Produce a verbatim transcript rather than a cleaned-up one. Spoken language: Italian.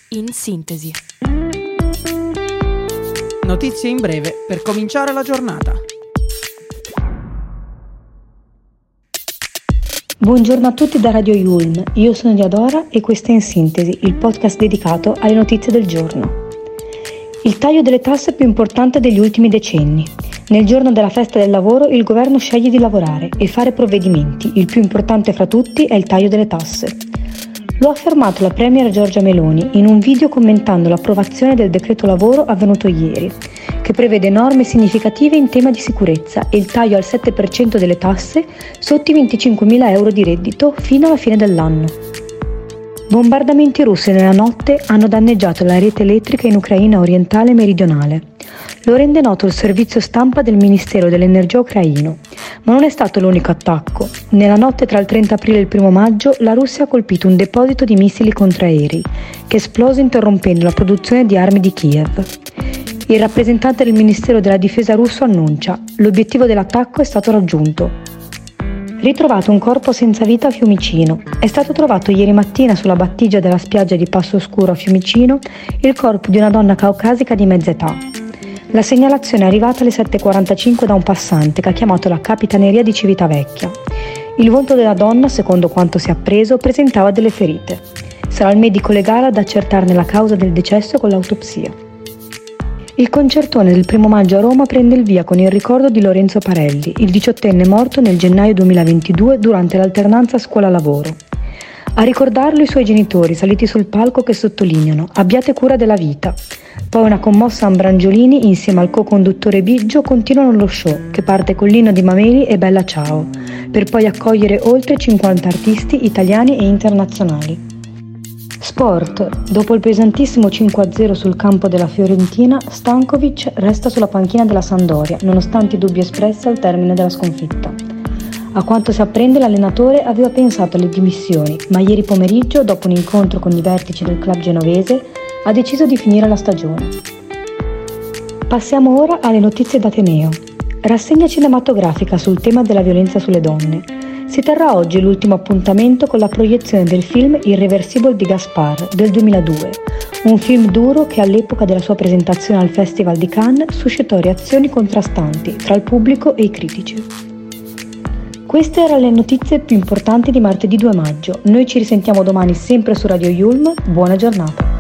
in sintesi. Notizie in breve per cominciare la giornata. Buongiorno a tutti da Radio Yulm, io sono Diadora e questo è In Sintesi, il podcast dedicato alle notizie del giorno. Il taglio delle tasse più importante degli ultimi decenni. Nel giorno della festa del lavoro il governo sceglie di lavorare e fare provvedimenti, il più importante fra tutti è il taglio delle tasse. Lo ha affermato la premier Giorgia Meloni in un video commentando l'approvazione del decreto lavoro avvenuto ieri, che prevede norme significative in tema di sicurezza e il taglio al sette per cento delle tasse sotto i venticinquemila euro di reddito fino alla fine dell'anno. Bombardamenti russi nella notte hanno danneggiato la rete elettrica in Ucraina orientale e meridionale. Lo rende noto il servizio stampa del Ministero dell'Energia ucraino. Ma non è stato l'unico attacco. Nella notte tra il trenta aprile e il primo maggio la Russia ha colpito un deposito di missili contraerei, che è esploso interrompendo la produzione di armi di Kiev. Il rappresentante del Ministero della Difesa russo annuncia: l'obiettivo dell'attacco è stato raggiunto. Ritrovato un corpo senza vita a Fiumicino. È stato trovato ieri mattina sulla battigia della spiaggia di Passo Oscuro a Fiumicino il corpo di una donna caucasica di mezza età. La segnalazione è arrivata alle sette e quarantacinque da un passante che ha chiamato la Capitaneria di Civitavecchia. Il volto della donna, secondo quanto si è appreso, presentava delle ferite. Sarà il medico legale ad accertarne la causa del decesso con l'autopsia. Il concertone del primo maggio a Roma prende il via con il ricordo di Lorenzo Parelli, il diciottenne morto nel gennaio duemilaventidue durante l'alternanza scuola-lavoro. A ricordarlo i suoi genitori saliti sul palco che sottolineano: abbiate cura della vita. Poi una commossa Ambrangiolini insieme al co-conduttore Biggio continuano lo show, che parte con l'inno di Mameli e Bella Ciao, per poi accogliere oltre cinquanta artisti italiani e internazionali. Sport. Dopo il pesantissimo cinque a zero sul campo della Fiorentina, Stankovic resta sulla panchina della Sampdoria, nonostante i dubbi espressi al termine della sconfitta. A quanto si apprende, l'allenatore aveva pensato alle dimissioni, ma ieri pomeriggio, dopo un incontro con i vertici del club genovese, ha deciso di finire la stagione. Passiamo ora alle notizie d'Ateneo. Rassegna cinematografica sul tema della violenza sulle donne. Si terrà oggi l'ultimo appuntamento con la proiezione del film Irreversible di Gaspar del duemiladue, un film duro che all'epoca della sua presentazione al Festival di Cannes suscitò reazioni contrastanti tra il pubblico e i critici. Queste erano le notizie più importanti di martedì due maggio. Noi ci risentiamo domani sempre su Radio Yulm. Buona giornata.